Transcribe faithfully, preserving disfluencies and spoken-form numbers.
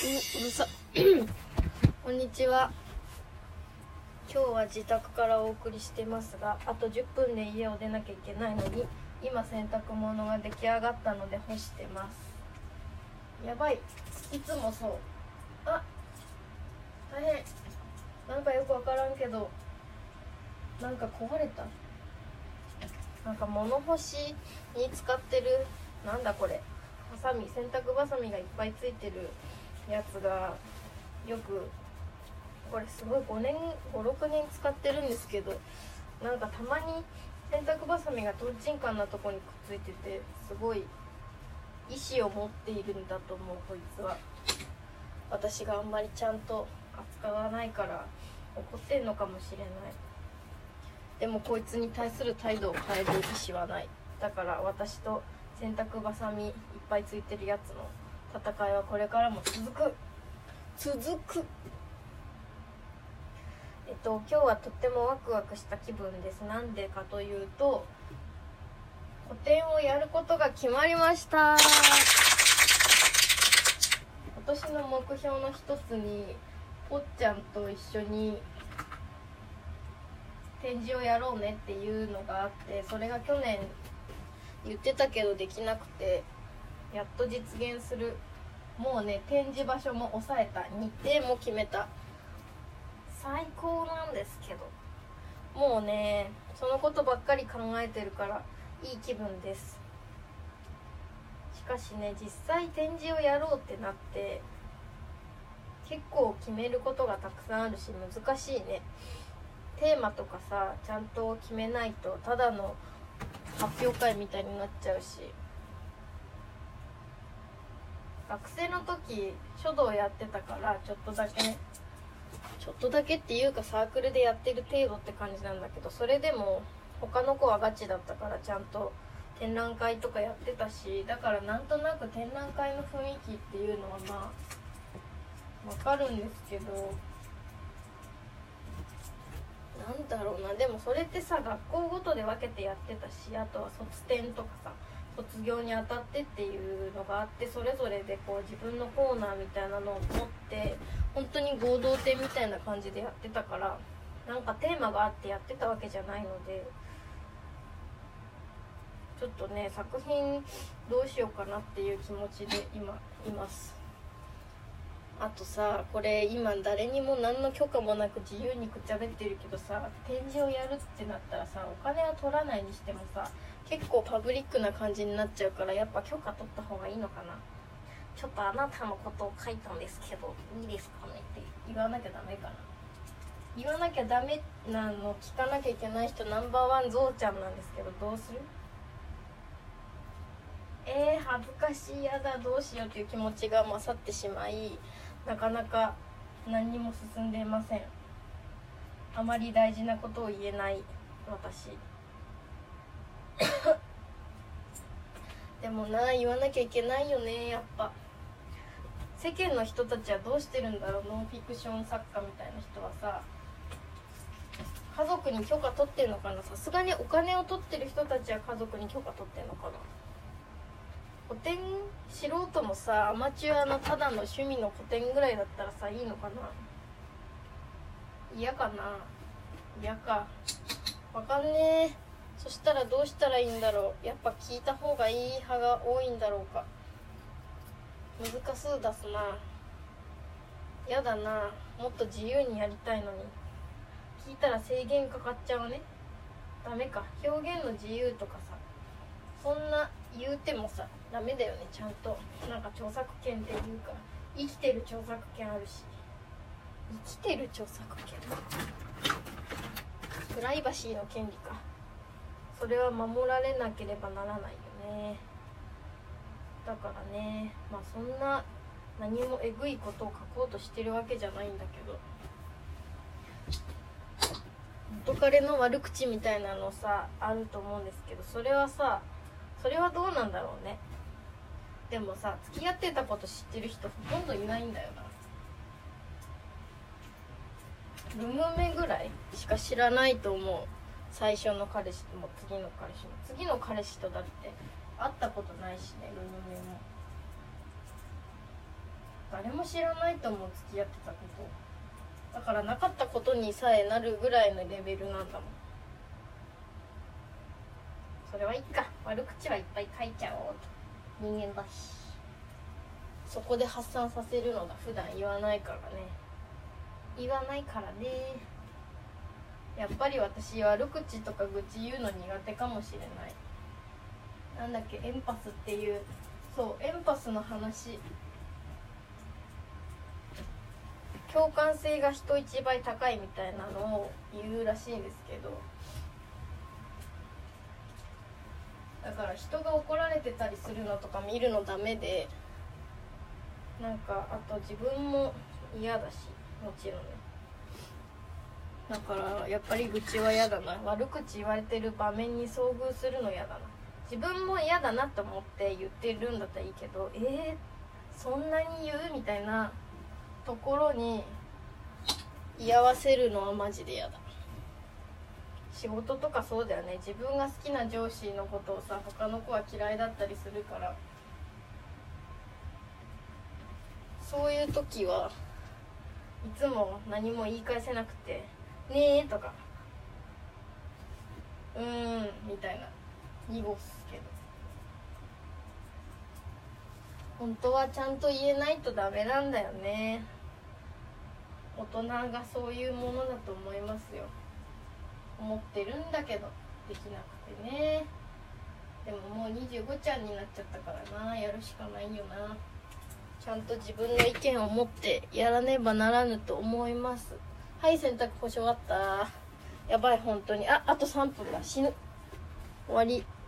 うるさこんにちは。今日は自宅からお送りしてますが、あとじゅっぷんで家を出なきゃいけないのに、今洗濯物が出来上がったので干してます。やばい、いつもそう。あ、大変。なんかよくわからんけど、なんか壊れた。なんか物干しに使ってる、なんだこれ、ハサミ、洗濯バサミがいっぱいついてるやつがよく、これすごいごねんごろくねん使ってるんですけど、なんかたまに洗濯バサミがトンチンカンなとこにくっついてて、すごい意志を持っているんだと思う。こいつは私があんまりちゃんと扱わないから怒ってんのかもしれない。でもこいつに対する態度を変える意思はない。だから私と洗濯バサミいっぱいついてるやつの戦いはこれからも続く続くえっと今日はとってもワクワクした気分です。なんでかというと、個展をやることが決まりました。今年の目標の一つにぽっちゃんと一緒に展示をやろうねっていうのがあって、それが去年言ってたけどできなくて、やっと実現する。もうね、展示場所も抑えた、日程も決めた。最高なんですけど、もうねそのことばっかり考えてるからいい気分です。しかしね、実際展示をやろうってなって結構決めることがたくさんあるし難しいね。テーマとかさ、ちゃんと決めないとただの発表会みたいになっちゃうし、学生の時書道やってたからちょっとだけね、ちょっとだけっていうかサークルでやってる程度って感じなんだけど、それでも他の子はガチだったからちゃんと展覧会とかやってたし、だからなんとなく展覧会の雰囲気っていうのはまあわかるんですけど、なんだろうな、でもそれってさ、学校ごとで分けてやってたし、あとは卒展とかさ、卒業にあたってっていうのがあって、それぞれでこう自分のコーナーみたいなのを持って本当に合同展みたいな感じでやってたから、なんかテーマがあってやってたわけじゃないので、ちょっとね作品どうしようかなっていう気持ちで今います。あとさ、これ今誰にも何の許可もなく自由にくっちゃべってるけどさ、展示をやるってなったらさ、お金は取らないにしてもさ、結構パブリックな感じになっちゃうから、やっぱ許可取った方がいいのかな。ちょっとあなたのことを書いたんですけどいいですかねって言わなきゃダメかな。言わなきゃダメなの聞かなきゃいけない人ナンバーワンゾウちゃんなんですけど、どうする？えー、恥ずかしい、やだ、どうしようという気持ちが勝ってしまい、なかなか何にも進んでいません。あまり大事なことを言えない私でもな、言わなきゃいけないよね。やっぱ世間の人たちはどうしてるんだろう。ノンフィクション作家みたいな人はさ、家族に許可取ってんのかな。さすがにお金を取ってる人たちは家族に許可取ってんのかな。古典素人もさ、アマチュアのただの趣味の古典ぐらいだったらさ、いいのかな。嫌かな。嫌か。わかんねえ。そしたらどうしたらいいんだろう。やっぱ聞いた方がいい派が多いんだろうか。難しそうだすな。やだな。もっと自由にやりたいのに。聞いたら制限かかっちゃうね。ダメか。表現の自由とかさ、そんな言うてもさダメだよね。ちゃんとなんか著作権っていうか、生きてる著作権あるし。生きてる著作権、プライバシーの権利か。それは守られなければならないよね。だからね、まあそんな何もえぐいことを書こうとしてるわけじゃないんだけど、元彼の悪口みたいなのさあると思うんですけど、それはさ、それはどうなんだろうね。でもさ、付き合ってたこと知ってる人ほとんどいないんだよな。ルムメぐらいしか知らないと思う。最初の彼氏も次の彼氏も。次の彼氏とだって会ったことないしね、ルムメも。 誰も知らないと思う、付き合ってたことだから、なかったことにさえなるぐらいのレベルなんだもん。それはいいか、悪口はいっぱい書いちゃおうと、人間だし。そこで発散させるのが普段言わないからね。言わないからね。やっぱり私、悪口とか愚痴言うの苦手かもしれない。なんだっけ、エンパスっていう、そうエンパスの話、共感性が人一倍高いみたいなのを言うらしいんですけど、だから人が怒られてたりするのとか見るのダメで、なんかあと自分も嫌だし、もちろんね。だからやっぱり愚痴は嫌だな。悪口言われてる場面に遭遇するの嫌だな。自分も嫌だなと思って言ってるんだったらいいけど、えー、そんなに言うみたいなところに居合わせるのはマジで嫌だ。仕事とかそうだよね。自分が好きな上司のことをさ、他の子は嫌いだったりするから、そういう時はいつも何も言い返せなくて、ねーとかうーんみたいな濁すけど、本当はちゃんと言えないとダメなんだよね。大人がそういうものだと思いますよ。思ってるんだけどできなくてね。でももうにじゅうごちゃんになっちゃったからな、やるしかないよな。ちゃんと自分の意見を持ってやらねばならぬと思います。はい、洗濯干し終わった。やばい、本当に。あ、あとさんぷんだ。死ぬ。終わり。